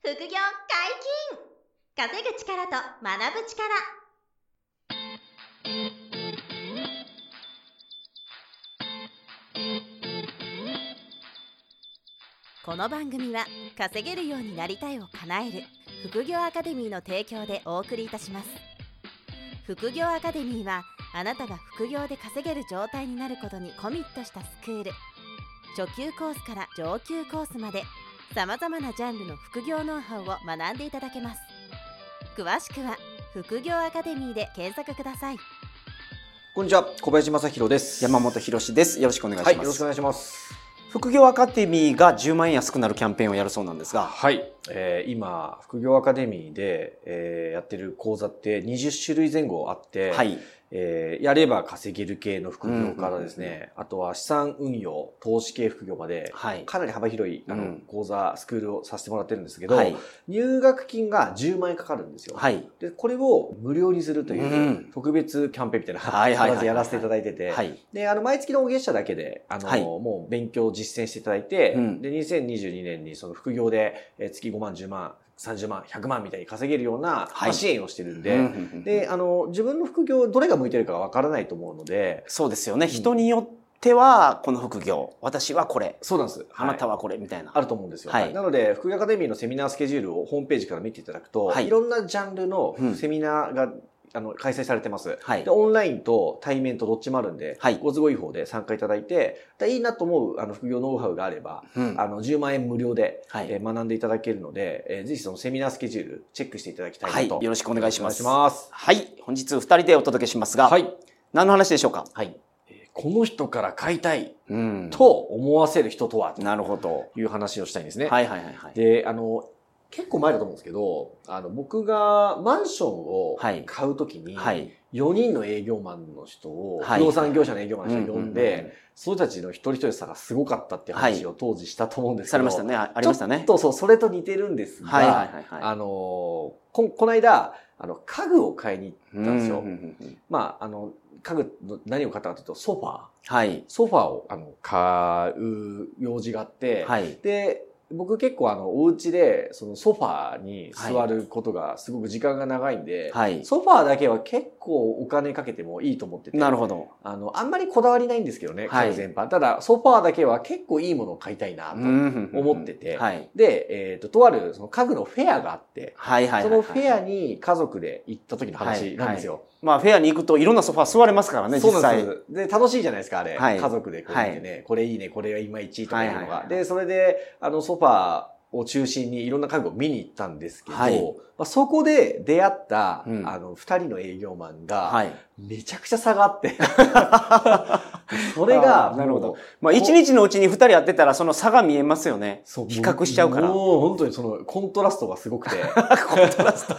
副業解禁、稼ぐ力と学ぶ力。この番組は稼げるようになりたいを叶える副業アカデミーの提供でお送りいたします。副業アカデミーはあなたが副業で稼げる状態になることにコミットしたスクール。初級コースから上級コースまでさまざまなジャンルの副業ノウハウを学んでいただけます。詳しくは副業アカデミーで検索ください。 こんにちは、小林正弘です。 山本博です。よろしくお願いします。 はい、よろしくお願いします。 副業アカデミーが10万円安くなるキャンペーンをやるそうなんですが、 はい、今副業アカデミーで、やってる講座って20種類前後あって、 はい、 やれば稼げる系の副業からですね、あとは資産運用、投資系副業まで、 はい、 かなり幅広い講座、スクールをさせてもらってるんですけど、 はい、 入学金が10万円かかるんですよ。はい、でこれを無料にするという特別キャンペーンみたいな形でやらせていただいてて、で毎月の月謝だけでもう勉強実践していただいて、で2022年にその副業で月5万、10万、30万、100万みたいに稼げるような支援をしてるんで、で、自分の副業どれが向いてるかわからないと思うので。 そうですよね。人によっては、この副業、私はこれ。 そうなんです。 あなたはこれみたいな。 あると思うんですよ。なので、副業アカデミーのセミナースケジュールをホームページから見ていただくと、いろんなジャンルのセミナーが開催されてます。で、オンラインと対面とどっちもあるんで、ご都合いい方で参加いただいて、いいなと思う副業ノウハウがあれば、10万円無料で学んでいただけるので、ぜひそのセミナースケジュールチェックしていただきたいなと。 よろしくお願いします。 お願いします。 はい。本日2人でお届けしますが、何の話でしょうか？ はい。この人から買いたいと思わせる人とは、 なるほど。 いう話をしたいんですね。 で、 結構前だと思うんですけど、僕がマンションを買うときに、4人の営業マンの人を、不動産業者の営業マンの人を呼んで、その人たちの一人一人差がすごかったっていう話を当時したと思うんですけど、 されましたね。ありましたね。 ちょっとそう、それと似てるんですが、この間、家具を買いに行ったんですよ。家具の何を買ったかというと、ソファー。ソファーを買う用事があって、で、僕結構お家でそのソファーに座ることがすごく時間が長いんで、ソファーだけは結構お金かけてもいいと思ってて。 なるほど。 あんまりこだわりないんですけどね、家具全般。ただソファーだけは結構いいものを買いたいなと思ってて、で、とあるその家具のフェアがあって、そのフェアに家族で行った時の話なんですよ。 まあフェアに行くといろんなソファー座れますからね、実際。 そうなんです。で、楽しいじゃないですか、あれ。家族でこう見てね、これいいね、これはいまいちとかいうのが。で、それで、ソファーを中心にいろんな家具を見に行ったんですけど、そこで出会った、二人の営業マンが、めちゃくちゃ差があって。それが、 なるほど。まあ、一日のうちに二人やってたら、その差が見えますよね。比較しちゃうから。 もう、本当にその、コントラストがすごくて。 コントラスト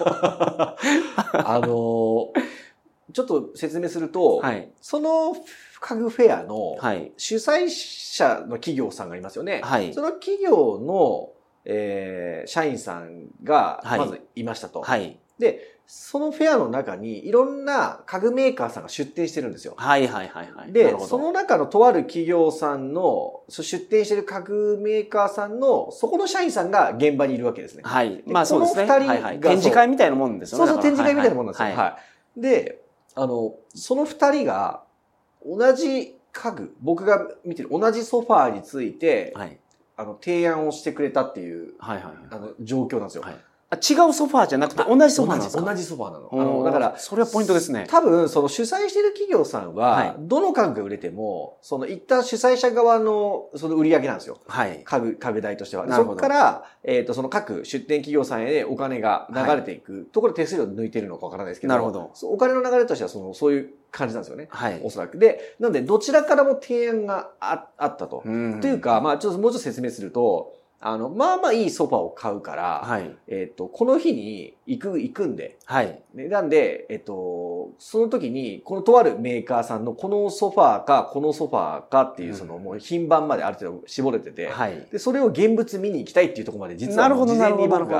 ちょっと説明すると、その家具フェアの主催者の企業さんがいますよね。その企業の、社員さんがまずいましたと。で、そのフェアの中にいろんな家具メーカーさんが出店してるんですよ。で、その中のとある企業さんの出店してる家具メーカーさんのそこの社員さんが現場にいるわけですね。 まあそうですね。展示会みたいなもんですよね。 そう、展示会みたいなもんなんですよ。で、その二人が同じ家具、僕が見てる同じソファーについて、提案をしてくれたっていう、状況なんですよ。 違うソファーじゃなくて同じソファーなんですか？ 同じソファーなの。だから、 それはポイントですね。 多分、その主催している企業さんは、どの家具が売れても、その一旦主催者側のその売り上げなんですよ。家具代としては。そこから、その各出店企業さんへお金が流れていくところで手数料抜いてるのかわからないですけど、お金の流れとしてはそういう感じなんですよね。おそらく。で、なので、どちらからも提案があったと。というか、まあ、もうちょっと説明すると、まあまあいいソファを買うから、この日に行くんで、なんで、その時に、このとあるメーカーさんのこのソファーか、このソファーかっていう、そのもう品番まである程度絞れてて、で、それを現物見に行きたいっていうところまで実は事前に僕が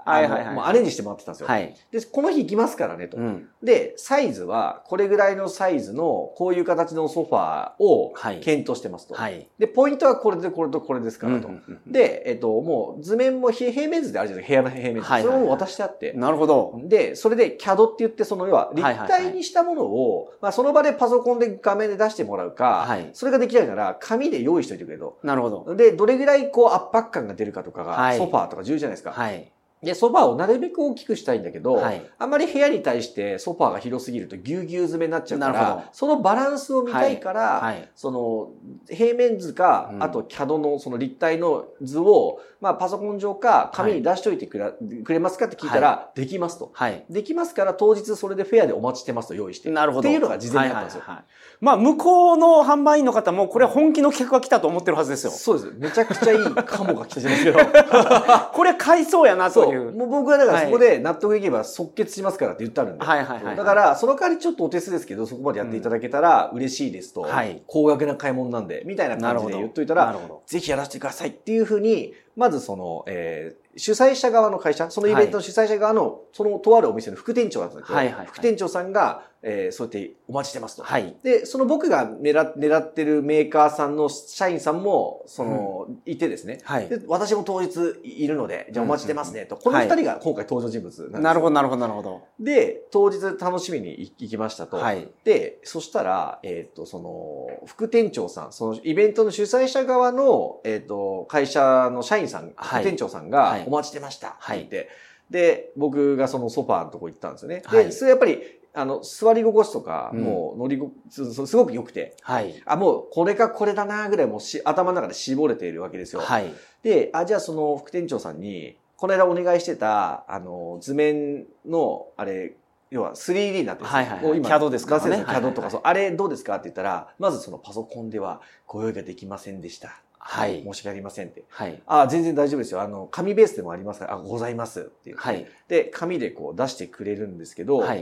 もうアレンジしてもらってたんですよ。で、この日行きますからねと。で、サイズは、これぐらいのサイズの、こういう形のソファーを検討してますと。で、ポイントはこれでこれとこれですからと。で、もう図面も平面図であるじゃないですか、部屋の平面図。それも渡してあって。 なるほど。 で、それで CAD って言って、要は立体にしたものを、その場でパソコンで画面で出してもらうか、それができないなら、紙で用意しといてくれと。 なるほど。 で、どれぐらいこう圧迫感が出るかとかが、ソファーとか重要じゃないですか。で、ソファーをなるべく大きくしたいんだけど、あんまり部屋に対してソファーが広すぎるとぎゅうぎゅう詰めになっちゃうから、そのバランスを見たいから、その平面図か、あと CAD のその立体の図を、パソコン上か紙に出しといてくれますかって聞いたら、できますと。できますから当日それでフェアでお待ちしてますと用意して。なるほど。っていうのが事前にあったんですよ。 向こうの販売員の方もこれ本気の企画が来たと思ってるはずですよ。 そうです。めちゃくちゃいいカモが来たじゃないですか。 これ買いそうやなという。 もう僕はだからそこで納得いけば即決しますからって言ってあるんで。だから、その代わりちょっとお手数ですけど、そこまでやっていただけたら嬉しいですと。高額な買い物なんで、みたいな感じで言っといたら、ぜひやらせてくださいっていうふうに、まずその、主催者側の会社、そのイベントの主催者側の、そのとあるお店の副店長だったんですけど、副店長さんが、そうやってお待ちしてますと。で、その僕が狙ってるメーカーさんの社員さんも、いてですね。で、私も当日いるので、じゃあお待ちしてますねと。この二人が今回登場人物なんですよ。 なるほど、なるほど、なるほど。 で、当日楽しみに行きましたと。で、そしたら、その、副店長さん、そのイベントの主催者側の、会社の社員さん、副店長さんが、お待ちしてましたって言って、で、僕がそのソファーのとこ行ったんですよね。で、それやっぱり、座り心地とか、もう乗り心地、すごく良くて、もうこれかこれだなぐらいもう頭の中で絞れているわけですよ。で、じゃあその副店長さんに、この間お願いしてた、図面の、要は 3D になってるんですよ。 CAD ですかね。 CAD とかそう、あれどうですかって言ったら、まずそのパソコンではご用意ができませんでした。申し訳ありませんって。全然大丈夫ですよ。紙ベースでもありますから、ございますっていう。で、紙でこう出してくれるんですけど、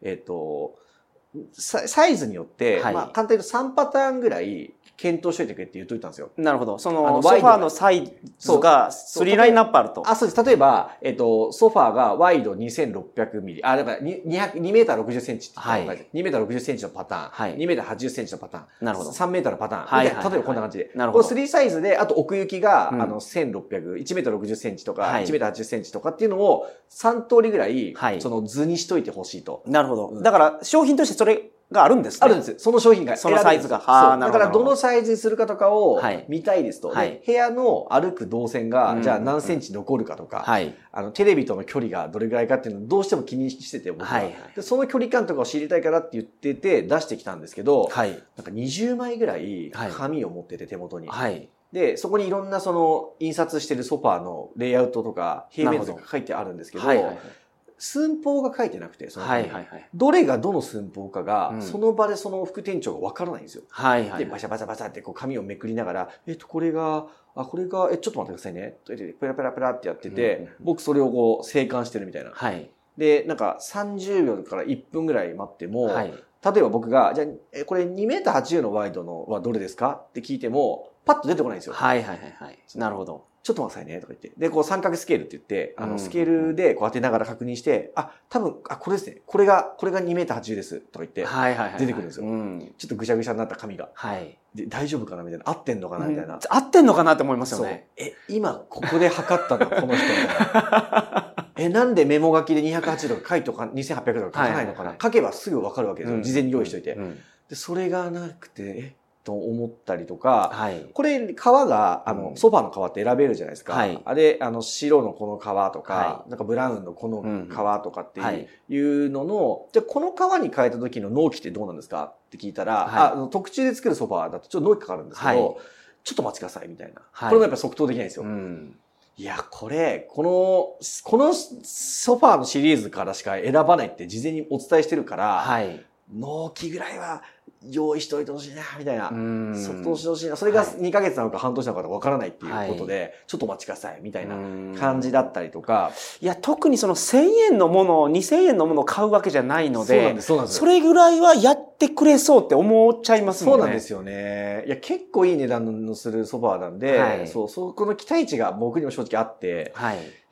サイズによって、簡単に言うと3パターンぐらい検討しといてくれって言っといたんですよ。 なるほど。その、ソファーのサイズが3ラインナップあると。 そうです。例えば、ソファーがワイド2600ミリ。だから2メーター60センチって言ったら、2メーター60センチのパターン、2メーター80センチのパターン、なるほど。3メーターのパターン。例えばこんな感じで。なるほど。これ3サイズで、あと奥行きが、1600、1メーター60センチとか、1メーター80センチとかっていうのを3通りぐらい、その図にしといてほしいと。 なるほど。だから、商品としてそれ、があるんですね。 あるんです。その商品が。 そのサイズが。 だからどのサイズにするかとかを見たいですと。部屋の歩く動線が、じゃあ何センチ残るかとか、テレビとの距離がどれぐらいかっていうのをどうしても気にしてて、僕は。でその距離感とかを知りたいからって言ってて出してきたんですけど、なんか20枚ぐらい紙を持ってて手元に。で、そこにいろんなその印刷してるソファーのレイアウトとか平面図が書いてあるんですけど、寸法が書いてなくて、どれがどの寸法かが、その場でその副店長がわからないんですよ。で、バシャバシャバシャってこう紙をめくりながら、これが、ちょっと待ってくださいね。ペラペラペラってやってて、僕それをこう、静観してるみたいな。で、なんか30秒から1分ぐらい待っても、例えば僕が、じゃあ、これ2メーター80のワイドのはどれですかって聞いても、パッと出てこないんですよ。 なるほど。 ちょっと待ってくださいね、とか言って。で、こう三角スケールって言って、スケールでこう当てながら確認して、多分、これですね。これが2メーター80です。とか言って、出てくるんですよ。ちょっとぐしゃぐしゃになった紙が。で、大丈夫かなみたいな。合ってんのかなみたいな。 合ってんのかなって思いますよね。 今、ここで測ったのこの人。なんでメモ書きで280とか書いとか、2800とか書かないのかな書けばすぐわかるわけですよ。事前に用意しといて。で、それがなくて、と思ったりとか、これ、革が、ソファーの革って選べるじゃないですか。白のこの革とか、なんかブラウンのこの革とかっていうのの、じゃあこの革に変えた時の納期ってどうなんですかって聞いたら、特注で作るソファーだとちょっと納期かかるんですけど、ちょっとお待ちくださいみたいな。これもやっぱ即答できないんですよ。いや、このソファーのシリーズからしか選ばないって事前にお伝えしてるから、納期ぐらいは用意しておいてほしいな、みたいな。即答してほしいな。それが2ヶ月なのか半年なのかわからないっていうことで、ちょっとお待ちください、みたいな感じだったりとか。 いや、特にその1000円のもの、2000円のものを買うわけじゃないので、それぐらいはやってくれそうって思っちゃいますもんね。 そうなんですよね。いや、結構いい値段のするソファーなんで、そこの期待値が僕にも正直あって、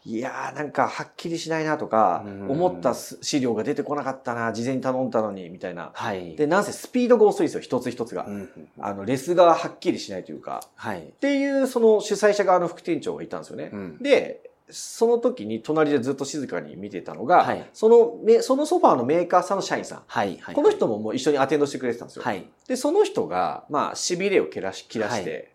いやーなんかはっきりしないなとか、思った資料が出てこなかったな、事前に頼んだのに、みたいな。はい。で、なんせスピードが遅いですよ、一つ一つが。レスがはっきりしないというか。はい。っていう、その主催者側の副店長がいたんですよね。で、その時に隣でずっと静かに見てたのが、はい、そのソファーのメーカーさんの社員さん。はい。この人ももう一緒にアテンドしてくれてたんですよ。はい。で、その人が、まあ、痺れを切らして、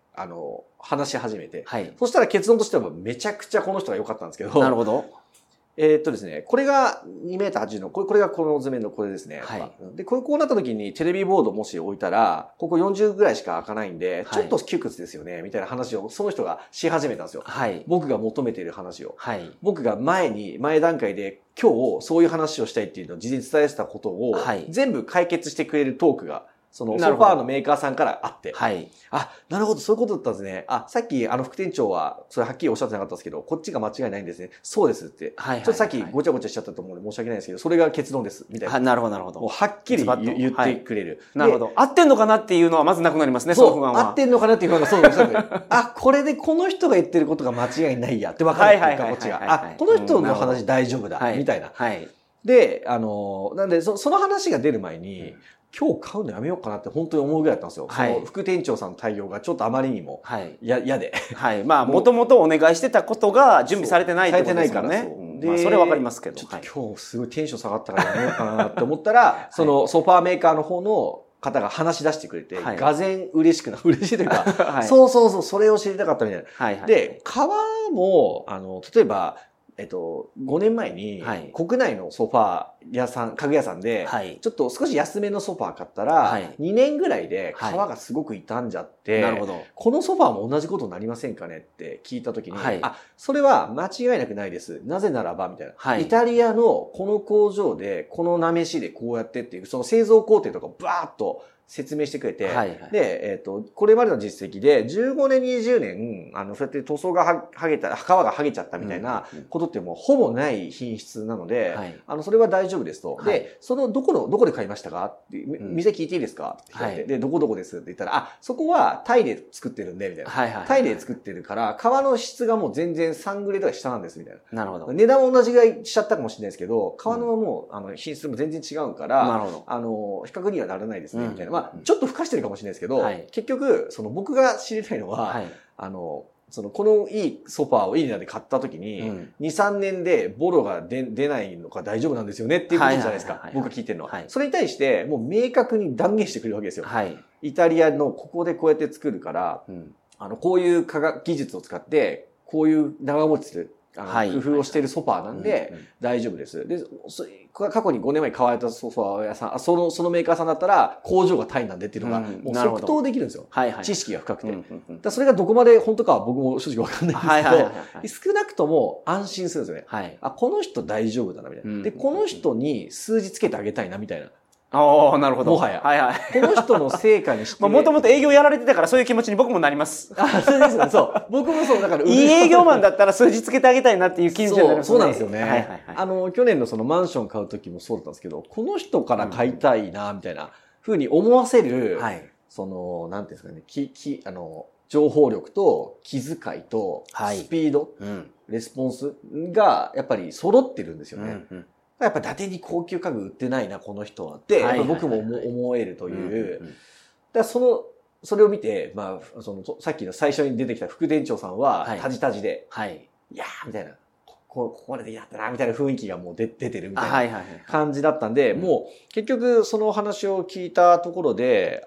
はい、話し始めて。はい。そしたら結論としてはめちゃくちゃこの人が良かったんですけど。 なるほど。 ですね、これが2メーター80の、これがこの図面のこれですね。はい。で、こうなった時にテレビボードもし置いたら、ここ40ぐらいしか開かないんで、ちょっと窮屈ですよね、みたいな話をその人がし始めたんですよ。はい。僕が求めている話を。はい。僕が前段階で今日そういう話をしたいっていうのを事前に伝えてたことを、はい。全部解決してくれるトークが、そのソファーのメーカーさんからあって。はい。あ、なるほど、そういうことだったんですね。あ、さっき副店長は、それはっきりおっしゃってなかったんですけど、こっちが間違いないんですね。そうですって。はい。ちょっとさっきごちゃごちゃしちゃったと思うので申し訳ないですけど、それが結論です。みたいな。 はい、なるほど、なるほど。 もうはっきり言ってくれる。 なるほど。合ってんのかなっていうのはまずなくなりますね、その不安は。 合ってんのかなっていう不安がそうです。あ、これでこの人が言ってることが間違いないやって分かるっていうか、こっちが。あ、この人の話大丈夫だ。みたいな。はい。で、なんで、その話が出る前に、今日買うのやめようかなって本当に思うぐらいだったんですよ。はい。その副店長さんの対応がちょっとあまりにも嫌で。 はい。まあ、もともとお願いしてたことが準備されてないってことですからね。まあ、それはわかりますけど。 ちょっと今日すごいテンション下がったからやめようかなって思ったら、そのソファーメーカーの方の方が話し出してくれて、がぜん嬉しいというか、そうそうそう、それを知りたかったみたいな。はい。で、革も、例えば、5年前に、国内のソファー屋さん、家具屋さんで、ちょっと少し安めのソファー買ったら、2年ぐらいで皮がすごく傷んじゃって、なるほど。このソファーも同じことになりませんかねって聞いたときに、あ、それは間違いなくないです。なぜならば、みたいな。イタリアのこの工場で、このなめしでこうやってっていう、その製造工程とかバーッと、説明してくれて、で、これまでの実績で、15年、20年、そうやって塗装が剥げた、皮が剥げちゃったみたいなことってもうほぼない品質なので、それは大丈夫ですと。で、どこで買いましたかって、店聞いていいですかって聞いて、で、どこですって言ったら、あ、そこはタイで作ってるんで、みたいな。タイで作ってるから、皮の質がもう全然3グレードが下なんです、みたいな。なるほど。値段は同じぐらいしちゃったかもしれないですけど、皮のもう、品質も全然違うから、なるほど。比較にはならないですね、みたいな。まあ、ちょっと付加してるかもしれないですけど、結局、僕が知りたいのは、このいいソファーをいい値段で買った時に、2、3年でボロが出ないのか大丈夫なんですよねっていうことじゃないですか。僕が聞いてるのは。それに対して、もう明確に断言してくれるわけですよ。イタリアのここでこうやって作るから、こういう技術を使って、こういう長持ちする。工夫をしているソファーなんで大丈夫です。で、過去に5年前に買われたソファー屋さん、そのメーカーさんだったら工場がタイなんでっていうのがもう即答できるんですよ。知識が深くて。だそれがどこまで本当かは僕も正直わかんないんですけど、少なくとも安心するんですよね。あ、この人大丈夫だなみたいな。で、この人に数字つけてあげたいなみたいな。 ああ、なるほど。 もはや。はいはい。この人の成果にして。 もともと営業やられてたからそういう気持ちに僕もなります。 あ、そうですね。そう。僕もそう、だから。 いい営業マンだったら数字つけてあげたいなっていう気持ちになりますね。 そうなんですよね。はいはいはい。去年のそのマンション買う時もそうだったんですけど、この人から買いたいな、みたいな風に思わせる、なんていうんですかね、情報力と気遣いとスピード、レスポンスがやっぱり揃ってるんですよね。やっぱ伊達に高級家具売ってないな、この人はって、僕も思えるという。だそれを見て、まあ、さっきの最初に出てきた副店長さんは、タジタジで、いやー、みたいな、ここまでできなかったな、みたいな雰囲気がもう出てるみたいな感じだったんで、もう結局その話を聞いたところで、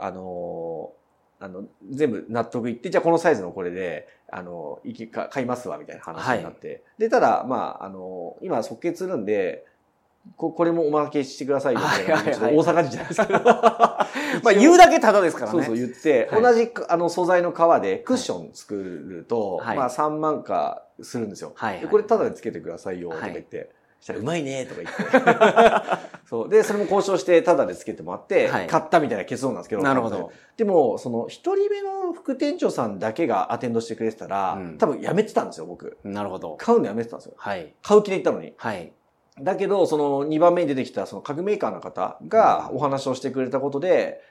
全部納得いって、じゃあこのサイズのこれで、買いますわ、みたいな話になって。で、ただ、まあ、今即決するんで、これもおまけしてくださいよみたいな。大阪人じゃないですか。 まあ言うだけタダですからね。 そうそう言って、同じ素材の革でクッション作ると、まあ3万かするんですよ。これタダでつけてくださいよとか言って。したらうまいねとか言って。そう。で、それも交渉してタダでつけてもらって、買ったみたいな結論なんですけど。 なるほど。 でも、一人目の副店長さんだけがアテンドしてくれてたら、多分やめてたんですよ、僕。 なるほど。 買うのやめてたんですよ。買う気で行ったのに。だけど、2番目に出てきた、家具メーカーの方がお話をしてくれたことで、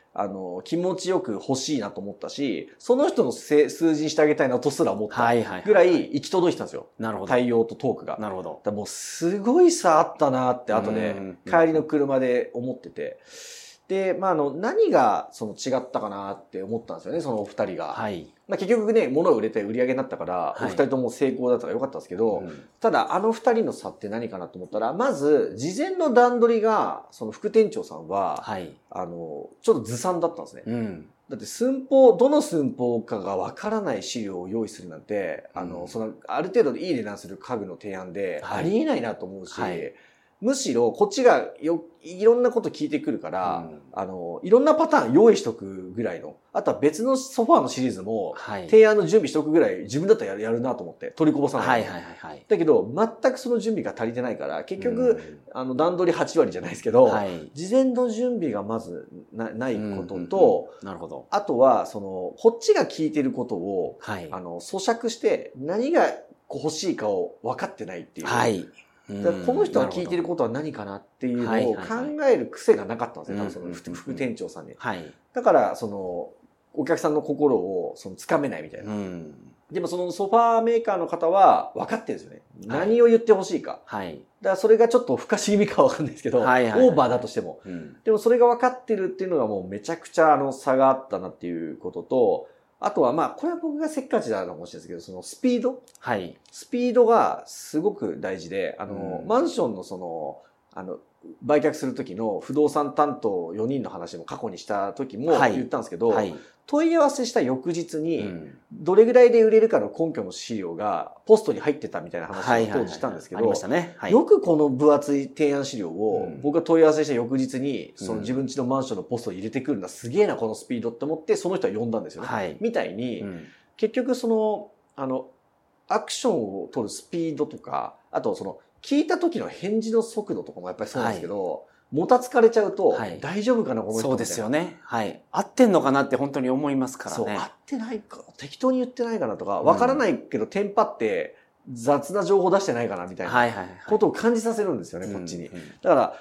気持ちよく欲しいなと思ったし、その人の数字にしてあげたいなとすら思ったぐらい行き届いてたんですよ。 なるほど。 対応とトークが。 なるほど。 だもうすごい差あったなって後で帰りの車で思ってて。で、何が違ったかなって思ったんですよね、そのお二人が。はい。結局ね、物を売れて売り上げになったから、お二人とも成功だったからよかったんですけど、ただ二人の差って何かなと思ったら、まず、事前の段取りが、その副店長さんは、はい、ちょっとずさんだったんですね。だってどの寸法かがわからない資料を用意するなんて、ある程度でいい値段する家具の提案で、ありえないなと思うし、むしろこっちがいろんなこと聞いてくるから、いろんなパターン用意しとくぐらいの、あとは別のソファーのシリーズも、提案の準備しとくぐらい自分だったらやるなと思って、取りこぼさない。だけど、全くその準備が足りてないから、結局、段取り8割じゃないですけど、事前の準備がまずないことと、 なるほど。 あとは、こっちが聞いてることを、咀嚼して何が欲しいかを分かってないっていう。この人が聞いてることは何かなっていうのを考える癖がなかったんですよ、多分その副店長さんに。だから、お客さんの心をつかめないみたいな。でもそのソファーメーカーの方は分かってるんですよね。何を言ってほしいか。だからそれがちょっと不可思議味か分かんないですけど、オーバーだとしても。でもそれが分かってるっていうのがもうめちゃくちゃ差があったなっていうことと、あとはこれは僕がせっかちだかもしれないですけど、スピードスピードがすごく大事で、マンションの売却する時の不動産担当4人の話も過去にした時も言ったんですけど、問い合わせした翌日に、どれぐらいで売れるかの根拠の資料がポストに入ってたみたいな話を当時したんですけど、よくこの分厚い提案資料を僕が問い合わせした翌日に、自分家のマンションのポストに入れてくるんだ、すげえなこのスピードって思って、その人は呼んだんですよね。みたいに、結局アクションを取るスピードとか、あと聞いた時の返事の速度とかもやっぱりそうなんですけど、もたつかれちゃうと、大丈夫かな、この人。 そうですよね。合ってんのかなって本当に思いますからね。 合ってないか、適当に言ってないかなとか、わからないけど、テンパって雑な情報出してないかな、みたいなことを感じさせるんですよね、こっちに。だから、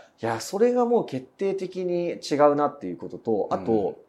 それがもう決定的に違うなっていうことと、あと、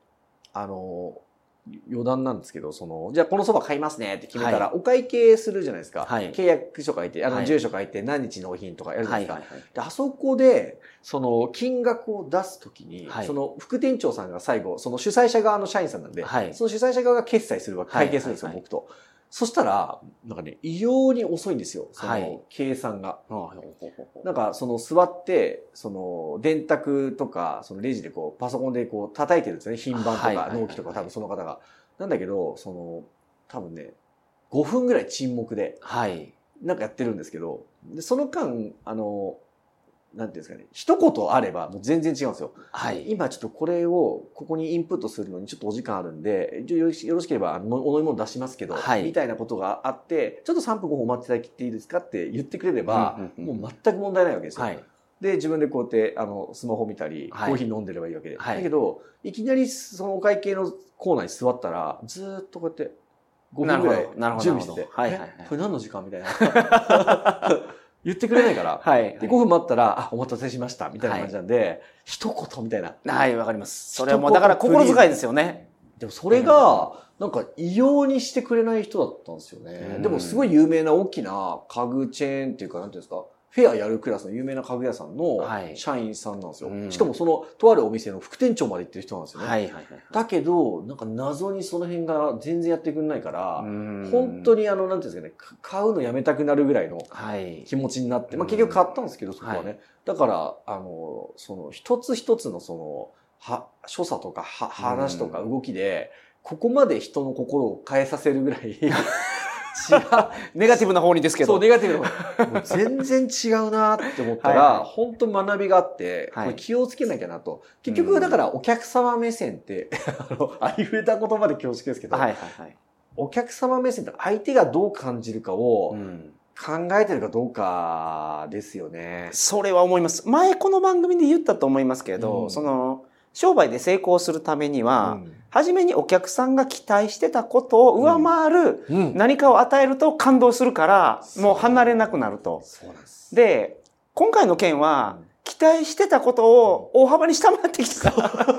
余談なんですけど、じゃあこのそば買いますねって決めたら、お会計するじゃないですか。契約書書いて、住所書いて、何日納品とかやるじゃないですか。で、あそこで、金額を出すときに、副店長さんが最後、主催者側の社員さんなんで、その主催者側が決済するわけ、会計するんですよ、僕と。そしたら、異様に遅いんですよ、計算が。座って、電卓とか、レジでパソコンで叩いてるんですよね。品番とか納期とか多分その方が。なんだけど、多分ね、5分ぐらい沈黙で、やってるんですけど、で、その間、なんていうんですかね、一言あればもう全然違うんですよ。今ちょっとこれをここにインプットするのにちょっとお時間あるんで、よろしければお飲み物出しますけど、みたいなことがあって、ちょっと3分5分お待ちいただいていいですかって言ってくれれば、もう全く問題ないわけですよ。で、自分でこうやってスマホ見たり、コーヒー飲んでればいいわけで。だけど、いきなりそのお会計のコーナーに座ったら、ずーっとこうやって5分ぐらい準備してて、これ何の時間みたいな。言ってくれないから。で、5分待ったら、お待たせしました。みたいな感じなんで、一言みたいな。 わかります。それはもうだから心遣いですよね。 でもそれが、異様にしてくれない人だったんですよね。でもすごい有名な大きな家具チェーンっていうか、なんていうんですか、フェアやるクラスの有名な家具屋さんの社員さんなんですよ。しかもとあるお店の副店長まで行ってる人なんですよね。だけど、謎にその辺が全然やってくれないから、本当になんていうんですかね、買うのやめたくなるぐらいの気持ちになって、結局買ったんですけど、そこはね。だから、一つ一つの所作とか話とか動きで、ここまで人の心を変えさせるぐらい、 ネガティブな方にですけど。 そう、ネガティブな方。もう全然違うなって思ったら、本当学びがあって、これ気をつけなきゃなと。結局、だからお客様目線って、ありふれた言葉で恐縮ですけど、お客様目線って相手がどう感じるかを考えてるかどうかですよね。 それは思います。前この番組で言ったと思いますけど、商売で成功するためには、初めにお客さんが期待してたことを上回る何かを与えると感動するから、もう離れなくなると。で、今回の件は、期待してたことを大幅に下回ってきた。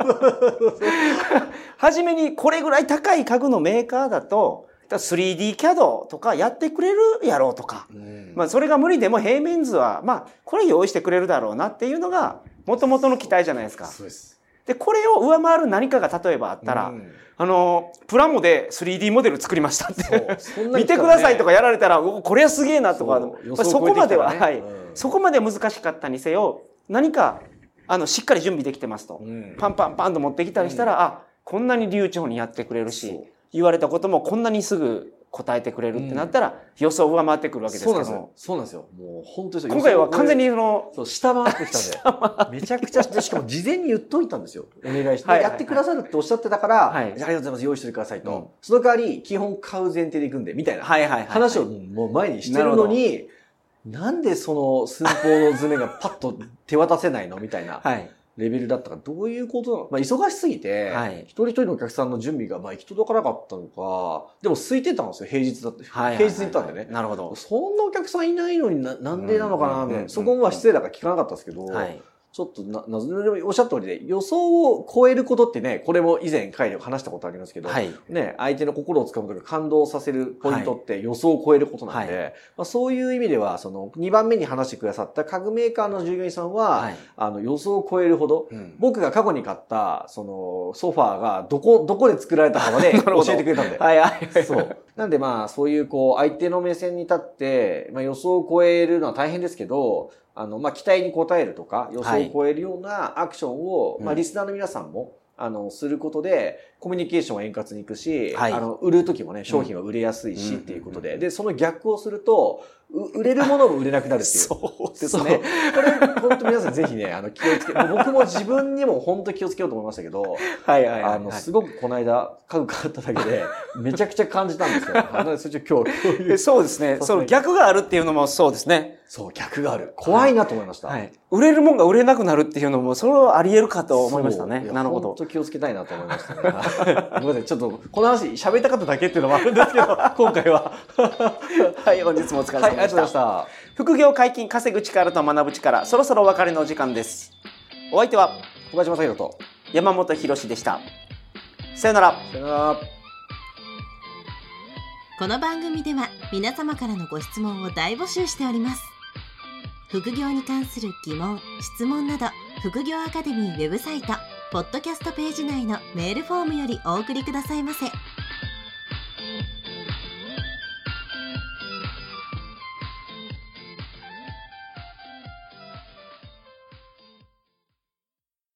初めにこれぐらい高い家具のメーカーだと、3D キャドとかやってくれるやろうとか、まあそれが無理でも平面図は、まあこれ用意してくれるだろうなっていうのが元々の期待じゃないですか。 そうです。 で、これを上回る何かが例えばあったら、プラモで 3D モデル作りましたって。見てくださいとかやられたら、これはすげえなとか、そこまでは、はい。そこまで難しかったにせよ、何か、しっかり準備できてますと。パンパンパンと持ってきたりしたら、あ、こんなに流暢にやってくれるし、言われたこともこんなにすぐ答えてくれるってなったら、予想を上回ってくるわけですけども。 そうなんですよ。もう本当に今回は完全に下回ってきたんで。めちゃくちゃ、しかも事前に言っといたんですよ。お願いして。やってくださるっておっしゃってたから、ありがとうございます、用意してくださいと。その代わり、基本買う前提で行くんで、みたいな話をもう前にしてるのに、なんでその寸法の図面がパッと手渡せないのみたいな。レベルだったか、どういうことなの？まあ、忙しすぎて、一人一人のお客さんの準備が、まあ、行き届かなかったのか、でも空いてたんですよ、平日だって。平日に行ったんでね。 なるほど。 そんなお客さんいないのになんでなのかな、みたいな。そこは失礼だから聞かなかったんですけど、ちょっとおっしゃった通りで、予想を超えることってね、これも以前回で話したことありますけど、ね、相手の心をつかむとか感動させるポイントって予想を超えることなんで、まあ、そういう意味では、その2番目に話してくださった家具メーカーの従業員さんは、予想を超えるほど、僕が過去に買った、そのソファーがどこで作られたかまで教えてくれたんで。そう。なんでまあ、そういう相手の目線に立って、まあ予想を超えるのは大変ですけど、まあ、期待に応えるとか、予想を超えるようなアクションを、まあ、リスナーの皆さんも、することで、コミュニケーションは円滑にいくし、売るときもね、商品は売れやすいしっていうことで、で、その逆をすると、売れるものも売れなくなるっていう。 そうですね。 これ、本当皆さんぜひね、気をつけ、僕も自分にも本当気をつけようと思いましたけど、すごくこの間、家具買っただけで、めちゃくちゃ感じたんですよ。なので、それ今日、 そうですね。その逆があるっていうのもそうですね。 そう、逆がある。怖いなと思いました。 売れるもんが売れなくなるっていうのも、それはあり得るかと思いましたね。なるほど。 本当気をつけたいなと思いましたね。ごめんなさい。ちょっと、この話喋りたかっただけっていうのもあるんですけど、今回は。 はい、本日もお疲れ様でした。 ありがとうございました。 副業解禁、稼ぐ力と学ぶ力、そろそろお別れの時間です。お相手は小林正弘と山本博でした。さよなら。 さよなら。 この番組では皆様からのご質問を大募集しております。副業に関する疑問・質問など、副業アカデミーウェブサイトポッドキャストページ内のメールフォームよりお送りくださいませ。